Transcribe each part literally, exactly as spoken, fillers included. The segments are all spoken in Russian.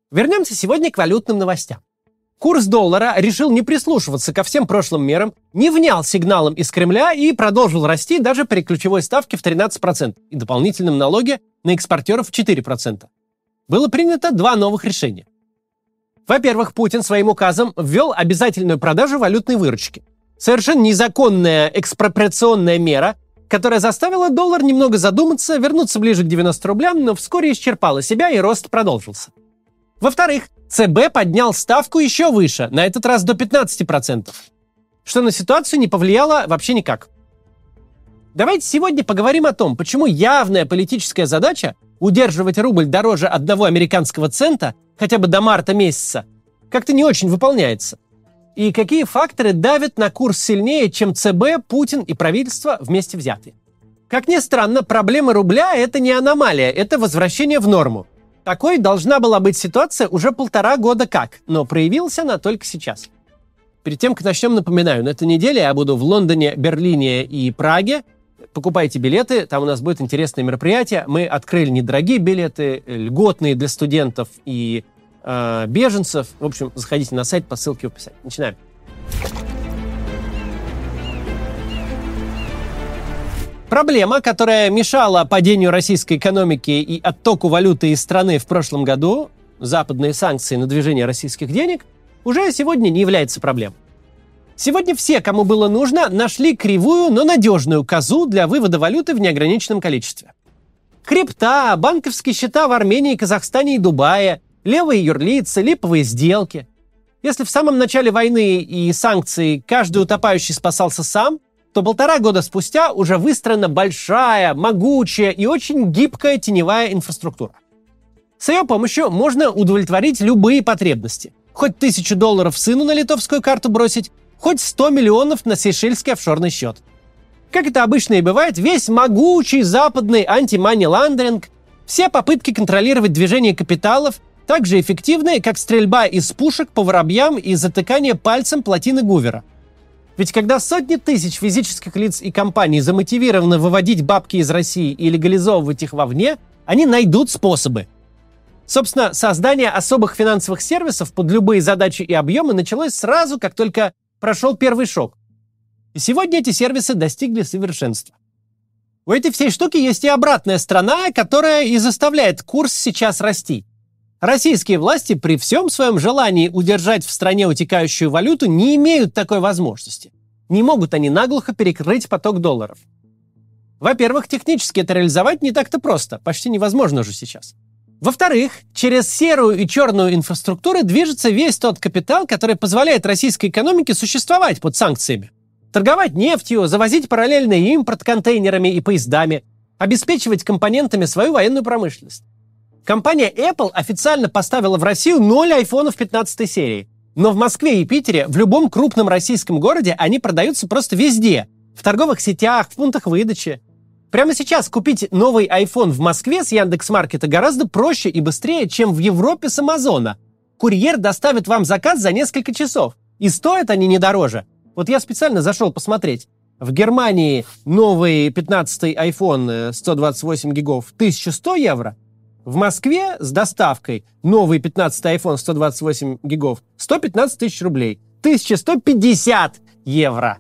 Вернемся сегодня к валютным новостям. Курс доллара решил не прислушиваться ко всем прошлым мерам, не внял сигналам из Кремля и продолжил расти даже при ключевой ставке в тринадцать процентов и дополнительном налоге на экспортеров в четыре процента. Было принято два новых решения. Во-первых, Путин своим указом ввел обязательную продажу валютной выручки. Совершенно незаконная экспроприационная мера, которая заставила доллар немного задуматься, вернуться ближе к девяноста рублям, но вскоре исчерпала себя и рост продолжился. Во-вторых, ЦБ поднял ставку еще выше, на этот раз до пятнадцати процентов, что на ситуацию не повлияло вообще никак. Давайте сегодня поговорим о том, почему явная политическая задача удерживать рубль дороже одного американского цента хотя бы до марта месяца как-то не очень выполняется. И какие факторы давят на курс сильнее, чем ЦБ, Путин и правительство вместе взятые. Как ни странно, проблема рубля – это не аномалия, это возвращение в норму. Такой должна была быть ситуация уже полтора года как, но проявилась она только сейчас. Перед тем, как начнем, напоминаю, на этой неделе я буду в Лондоне, Берлине и Праге. Покупайте билеты, там у нас будет интересное мероприятие. Мы открыли недорогие билеты, льготные для студентов и э, беженцев. В общем, заходите на сайт по ссылке в описании. Начинаем. Проблема, которая мешала падению российской экономики и оттоку валюты из страны в прошлом году, западные санкции на движение российских денег, уже сегодня не является проблемой. Сегодня все, кому было нужно, нашли кривую, но надежную козу для вывода валюты в неограниченном количестве. Крипта, банковские счета в Армении, Казахстане и Дубае, левые юрлицы, липовые сделки. Если в самом начале войны и санкций каждый утопающий спасался сам, то полтора года спустя уже выстроена большая, могучая и очень гибкая теневая инфраструктура. С ее помощью можно удовлетворить любые потребности. Хоть тысячу долларов сыну на литовскую карту бросить, хоть сто миллионов на сейшельский офшорный счет. Как это обычно и бывает, весь могучий западный анти-мани-ландеринг, все попытки контролировать движение капиталов так же эффективны, как стрельба из пушек по воробьям и затыкание пальцем плотины Гувера. Ведь когда сотни тысяч физических лиц и компаний замотивированы выводить бабки из России и легализовывать их вовне, они найдут способы. Собственно, создание особых финансовых сервисов под любые задачи и объемы началось сразу, как только прошел первый шок. И сегодня эти сервисы достигли совершенства. У этой всей штуки есть и обратная сторона, которая и заставляет курс сейчас расти. Российские власти при всем своем желании удержать в стране утекающую валюту не имеют такой возможности. Не могут они наглухо перекрыть поток долларов. Во-первых, технически это реализовать не так-то просто, почти невозможно уже сейчас. Во-вторых, через серую и черную инфраструктуру движется весь тот капитал, который позволяет российской экономике существовать под санкциями. Торговать нефтью, завозить параллельный импорт контейнерами и поездами, обеспечивать компонентами свою военную промышленность. Компания Apple официально поставила в Россию ноль айфонов пятнадцатой серии. Но в Москве и Питере, в любом крупном российском городе они продаются просто везде. В торговых сетях, в пунктах выдачи. Прямо сейчас купить новый iPhone в Москве с Яндекс.Маркета гораздо проще и быстрее, чем в Европе с Амазона. Курьер доставит вам заказ за несколько часов. И стоят они не дороже. Вот я специально зашел посмотреть. В Германии новый пятнадцатый iPhone сто двадцать восемь гигов тысяча сто евро. В Москве с доставкой новый пятнадцатый iPhone сто двадцать восемь гигов сто пятнадцать тысяч рублей. тысяча сто пятьдесят евро.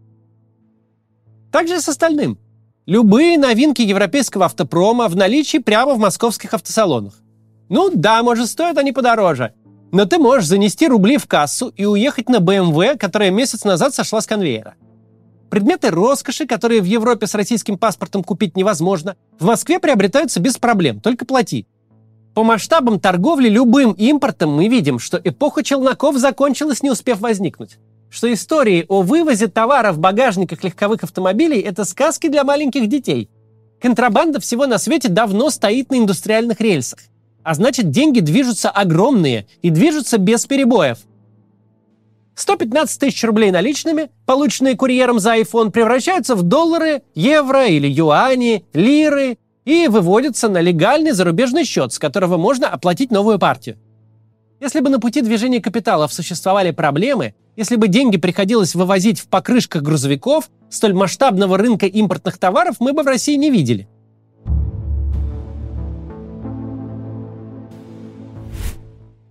Также с остальным. Любые новинки европейского автопрома в наличии прямо в московских автосалонах. Ну да, может, стоят они подороже. Но ты можешь занести рубли в кассу и уехать на бэ эм вэ, которая месяц назад сошла с конвейера. Предметы роскоши, которые в Европе с российским паспортом купить невозможно, в Москве приобретаются без проблем, только плати. По масштабам торговли любым импортом мы видим, что эпоха челноков закончилась, не успев возникнуть. Что истории о вывозе товара в багажниках легковых автомобилей – это сказки для маленьких детей. Контрабанда всего на свете давно стоит на индустриальных рельсах. А значит, деньги движутся огромные и движутся без перебоев. сто пятнадцать тысяч рублей наличными, полученные курьером за iPhone, превращаются в доллары, евро или юани, лиры и выводятся на легальный зарубежный счет, с которого можно оплатить новую партию. Если бы на пути движения капиталов существовали проблемы, если бы деньги приходилось вывозить в покрышках грузовиков, столь масштабного рынка импортных товаров мы бы в России не видели.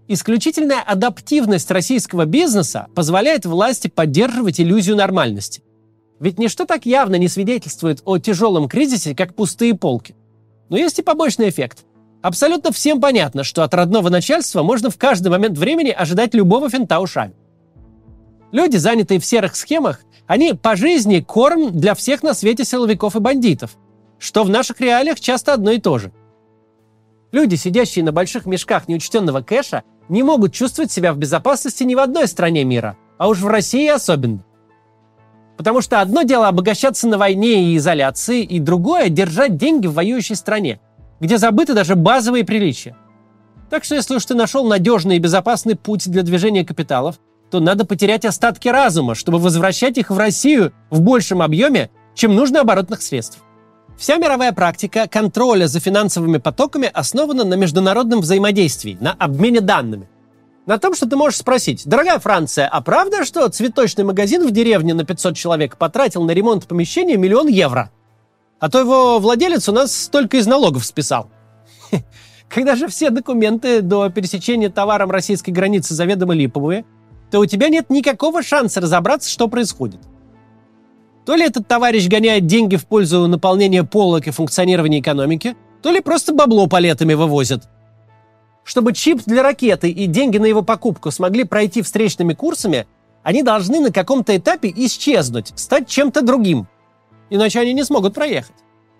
Исключительная адаптивность российского бизнеса позволяет власти поддерживать иллюзию нормальности. Ведь ничто так явно не свидетельствует о тяжелом кризисе, как пустые полки. Но есть и побочный эффект. Абсолютно всем понятно, что от родного начальства можно в каждый момент времени ожидать любого финта ушами. Люди, занятые в серых схемах, они по жизни корм для всех на свете силовиков и бандитов, что в наших реалиях часто одно и то же. Люди, сидящие на больших мешках неучтенного кэша, не могут чувствовать себя в безопасности ни в одной стране мира, а уж в России особенно. Потому что одно дело обогащаться на войне и изоляции, и другое – держать деньги в воюющей стране, где забыты даже базовые приличия. Так что если уж ты нашел надежный и безопасный путь для движения капиталов, то надо потерять остатки разума, чтобы возвращать их в Россию в большем объеме, чем нужно оборотных средств. Вся мировая практика контроля за финансовыми потоками основана на международном взаимодействии, на обмене данными. На том, что ты можешь спросить: дорогая Франция, а правда, что цветочный магазин в деревне на пятьсот человек потратил на ремонт помещения миллион евро? А то его владелец у нас только из налогов списал. Когда же все документы до пересечения товаром российской границы заведомо липовые, то у тебя нет никакого шанса разобраться, что происходит. То ли этот товарищ гоняет деньги в пользу наполнения полок и функционирования экономики, то ли просто бабло палетами вывозит. Чтобы чип для ракеты и деньги на его покупку смогли пройти встречными курсами, они должны на каком-то этапе исчезнуть, стать чем-то другим. Иначе они не смогут проехать.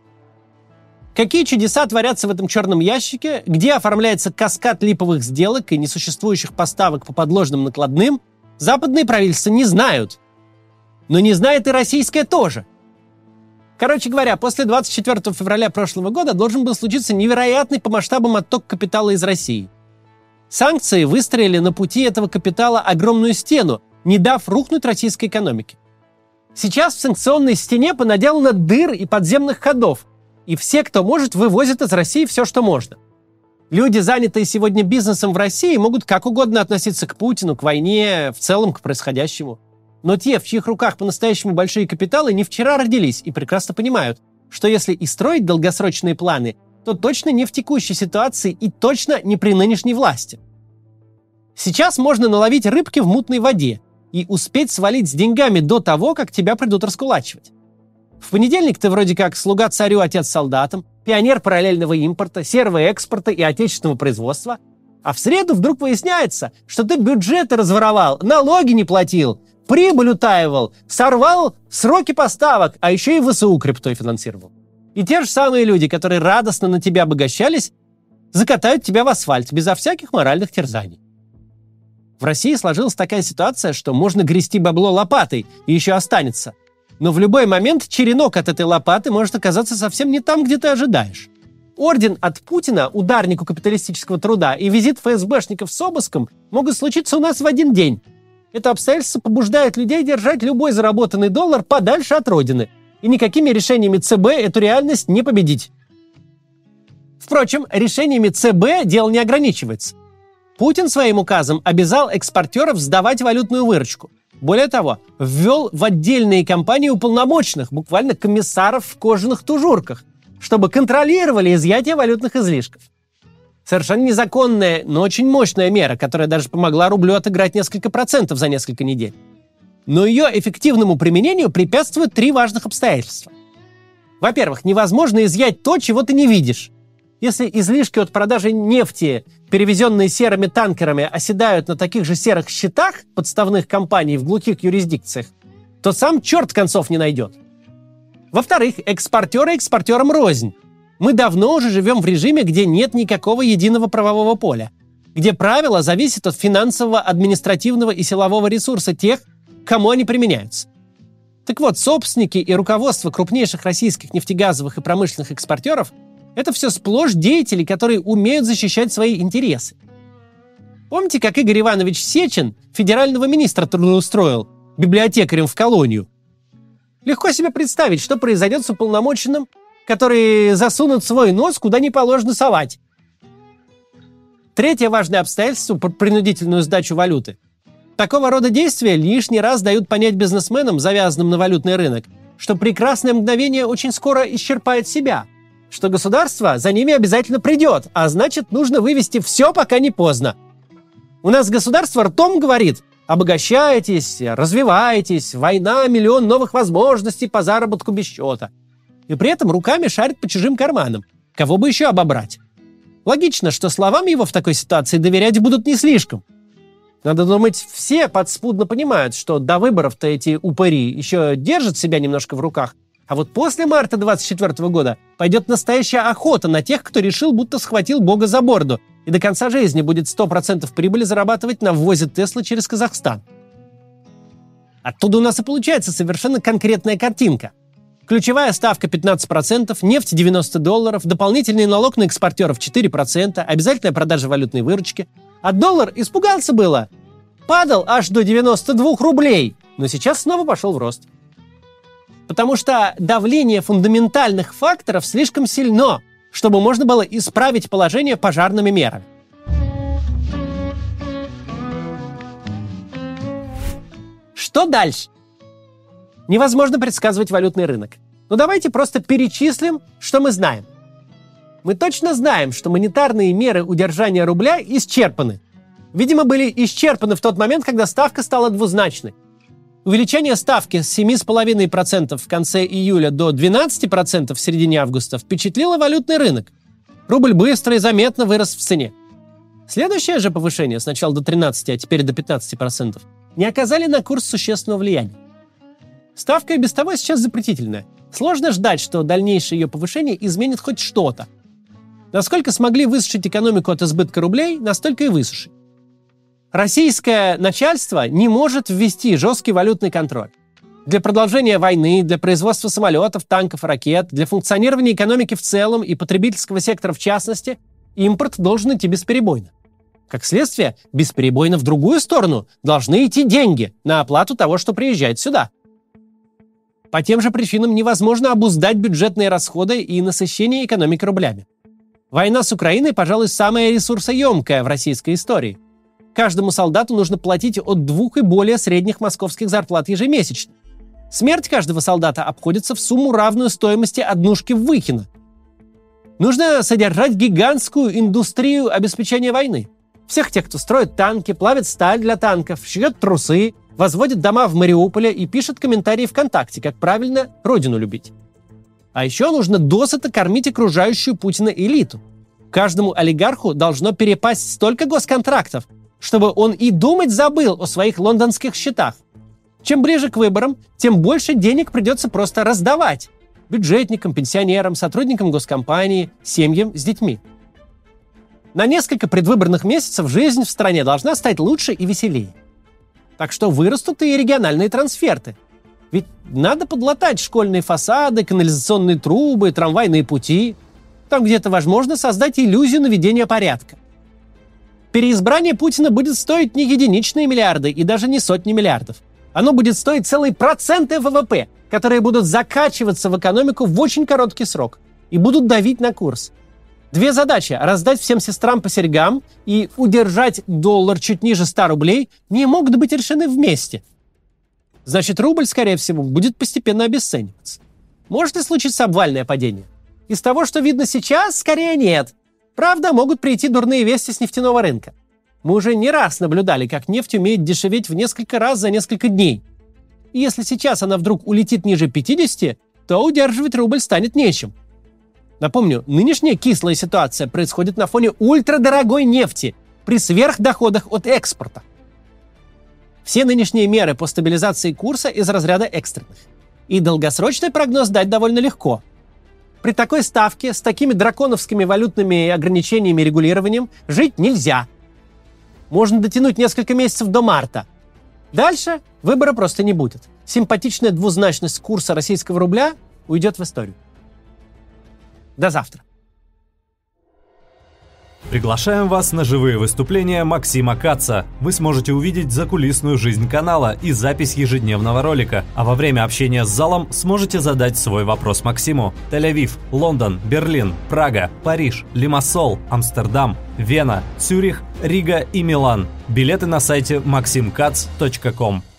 Какие чудеса творятся в этом черном ящике, где оформляется каскад липовых сделок и несуществующих поставок по подложным накладным, западные правительства не знают. Но не знает и российское тоже. Короче говоря, после двадцать четвёртого февраля прошлого года должен был случиться невероятный по масштабам отток капитала из России. Санкции выстроили на пути этого капитала огромную стену, не дав рухнуть российской экономике. Сейчас в санкционной стене понаделано дыр и подземных ходов, и все, кто может, вывозят из России все, что можно. Люди, занятые сегодня бизнесом в России, могут как угодно относиться к Путину, к войне, в целом к происходящему. Но те, в чьих руках по-настоящему большие капиталы, не вчера родились и прекрасно понимают, что если и строить долгосрочные планы, то точно не в текущей ситуации и точно не при нынешней власти. Сейчас можно наловить рыбки в мутной воде и успеть свалить с деньгами до того, как тебя придут раскулачивать. В понедельник ты вроде как слуга царю, отец солдатам, пионер параллельного импорта, серого экспорта и отечественного производства, а в среду вдруг выясняется, что ты бюджеты разворовал, налоги не платил, прибыль утаивал, сорвал сроки поставок, а еще и ВСУ криптой финансировал. И те же самые люди, которые радостно на тебя обогащались, закатают тебя в асфальт безо всяких моральных терзаний. В России сложилась такая ситуация, что можно грести бабло лопатой, и еще останется. Но в любой момент черенок от этой лопаты может оказаться совсем не там, где ты ожидаешь. Орден от Путина, ударнику капиталистического труда, и визит ФСБшников с обыском могут случиться у нас в один день. Это обстоятельство побуждает людей держать любой заработанный доллар подальше от родины. И никакими решениями ЦБ эту реальность не победить. Впрочем, решениями ЦБ дело не ограничивается. Путин своим указом обязал экспортеров сдавать валютную выручку. Более того, ввел в отдельные компании уполномоченных, буквально комиссаров в кожаных тужурках, чтобы контролировали изъятие валютных излишков. Совершенно незаконная, но очень мощная мера, которая даже помогла рублю отыграть несколько процентов за несколько недель. Но ее эффективному применению препятствуют три важных обстоятельства. Во-первых, невозможно изъять то, чего ты не видишь. Если излишки от продажи нефти, перевезенные серыми танкерами, оседают на таких же серых счетах подставных компаний в глухих юрисдикциях, то сам черт концов не найдет. Во-вторых, экспортеры экспортерам рознь. Мы давно уже живем в режиме, где нет никакого единого правового поля, где правила зависят от финансового, административного и силового ресурса тех, к кому они применяются. Так вот, собственники и руководство крупнейших российских нефтегазовых и промышленных экспортеров – это все сплошь деятели, которые умеют защищать свои интересы. Помните, как Игорь Иванович Сечин федерального министра трудоустроил библиотекарем в колонию? Легко себе представить, что произойдет с уполномоченным, которые засунут свой нос куда не положено совать. Третье важное обстоятельство – принудительную сдачу валюты. Такого рода действия лишний раз дают понять бизнесменам, завязанным на валютный рынок, что прекрасное мгновение очень скоро исчерпает себя, что государство за ними обязательно придет, а значит, нужно вывести все, пока не поздно. У нас государство ртом говорит: обогащайтесь, развивайтесь, война, миллион новых возможностей по заработку без счета. И при этом руками шарит по чужим карманам. Кого бы еще обобрать? Логично, что словам его в такой ситуации доверять будут не слишком. Надо думать, все подспудно понимают, что до выборов-то эти упыри еще держат себя немножко в руках, а вот после марта двадцать четвёртого года пойдет настоящая охота на тех, кто решил, будто схватил Бога за бороду и до конца жизни будет сто процентов прибыли зарабатывать на ввозе Теслы через Казахстан. Оттуда у нас и получается совершенно конкретная картинка. Ключевая ставка пятнадцать процентов, нефть девяносто долларов, дополнительный налог на экспортеров четыре процента, обязательная продажа валютной выручки. А доллар, испугался было, падал аж до девяноста двух рублей, но сейчас снова пошел в рост. Потому что давление фундаментальных факторов слишком сильно, чтобы можно было исправить положение пожарными мерами. Что дальше? Невозможно предсказывать валютный рынок. Но давайте просто перечислим, что мы знаем. Мы точно знаем, что монетарные меры удержания рубля исчерпаны. Видимо, были исчерпаны в тот момент, когда ставка стала двузначной. Увеличение ставки с семи целых пяти десятых процента в конце июля до двенадцати процентов в середине августа впечатлило валютный рынок. Рубль быстро и заметно вырос в цене. Следующее же повышение, сначала до тринадцати, а теперь до пятнадцати процентов, не оказали на курс существенного влияния. Ставка и без того сейчас запретительная. Сложно ждать, что дальнейшее ее повышение изменит хоть что-то. Насколько смогли высушить экономику от избытка рублей, настолько и высушить. Российское начальство не может ввести жесткий валютный контроль. Для продолжения войны, для производства самолетов, танков и ракет, для функционирования экономики в целом и потребительского сектора в частности, импорт должен идти бесперебойно. Как следствие, бесперебойно в другую сторону должны идти деньги на оплату того, что приезжает сюда. По тем же причинам невозможно обуздать бюджетные расходы и насыщение экономики рублями. Война с Украиной, пожалуй, самая ресурсоемкая в российской истории. Каждому солдату нужно платить от двух и более средних московских зарплат ежемесячно. Смерть каждого солдата обходится в сумму, равную стоимости однушки в Выхино. Нужно содержать гигантскую индустрию обеспечения войны. Всех тех, кто строит танки, плавит сталь для танков, шьет трусы, возводит дома в Мариуполе и пишет комментарии ВКонтакте, как правильно родину любить. А еще нужно досыта кормить окружающую Путина элиту. Каждому олигарху должно перепасть столько госконтрактов, чтобы он и думать забыл о своих лондонских счетах. Чем ближе к выборам, тем больше денег придется просто раздавать бюджетникам, пенсионерам, сотрудникам госкомпании, семьям с детьми. На несколько предвыборных месяцев жизнь в стране должна стать лучше и веселее. Так что вырастут и региональные трансферты. Ведь надо подлатать школьные фасады, канализационные трубы, трамвайные пути. Там, где это возможно, создать иллюзию наведения порядка. Переизбрание Путина будет стоить не единичные миллиарды и даже не сотни миллиардов. Оно будет стоить целые проценты ВВП, которые будут закачиваться в экономику в очень короткий срок и будут давить на курс. Две задачи – раздать всем сестрам по серьгам и удержать доллар чуть ниже ста рублей – не могут быть решены вместе. Значит, рубль, скорее всего, будет постепенно обесцениваться. Может ли случиться обвальное падение? Из того, что видно сейчас, скорее нет. Правда, могут прийти дурные вести с нефтяного рынка. Мы уже не раз наблюдали, как нефть умеет дешеветь в несколько раз за несколько дней. И если сейчас она вдруг улетит ниже пятидесяти, то удерживать рубль станет нечем. Напомню, нынешняя кислая ситуация происходит на фоне ультрадорогой нефти при сверхдоходах от экспорта. Все нынешние меры по стабилизации курса из разряда экстренных. И долгосрочный прогноз дать довольно легко. При такой ставке, с такими драконовскими валютными ограничениями и регулированием жить нельзя. Можно дотянуть несколько месяцев до марта. Дальше выбора просто не будет. Симпатичная двузначность курса российского рубля уйдет в историю. До завтра. Приглашаем вас на живые выступления Максима Каца. Вы сможете увидеть закулисную жизнь канала и запись ежедневного ролика, а во время общения с залом сможете задать свой вопрос Максиму. Тель-Авив, Лондон, Берлин, Прага, Париж, Лимассол, Амстердам, Вена, Цюрих, Рига и Милан. Билеты на сайте максим кац точка ком.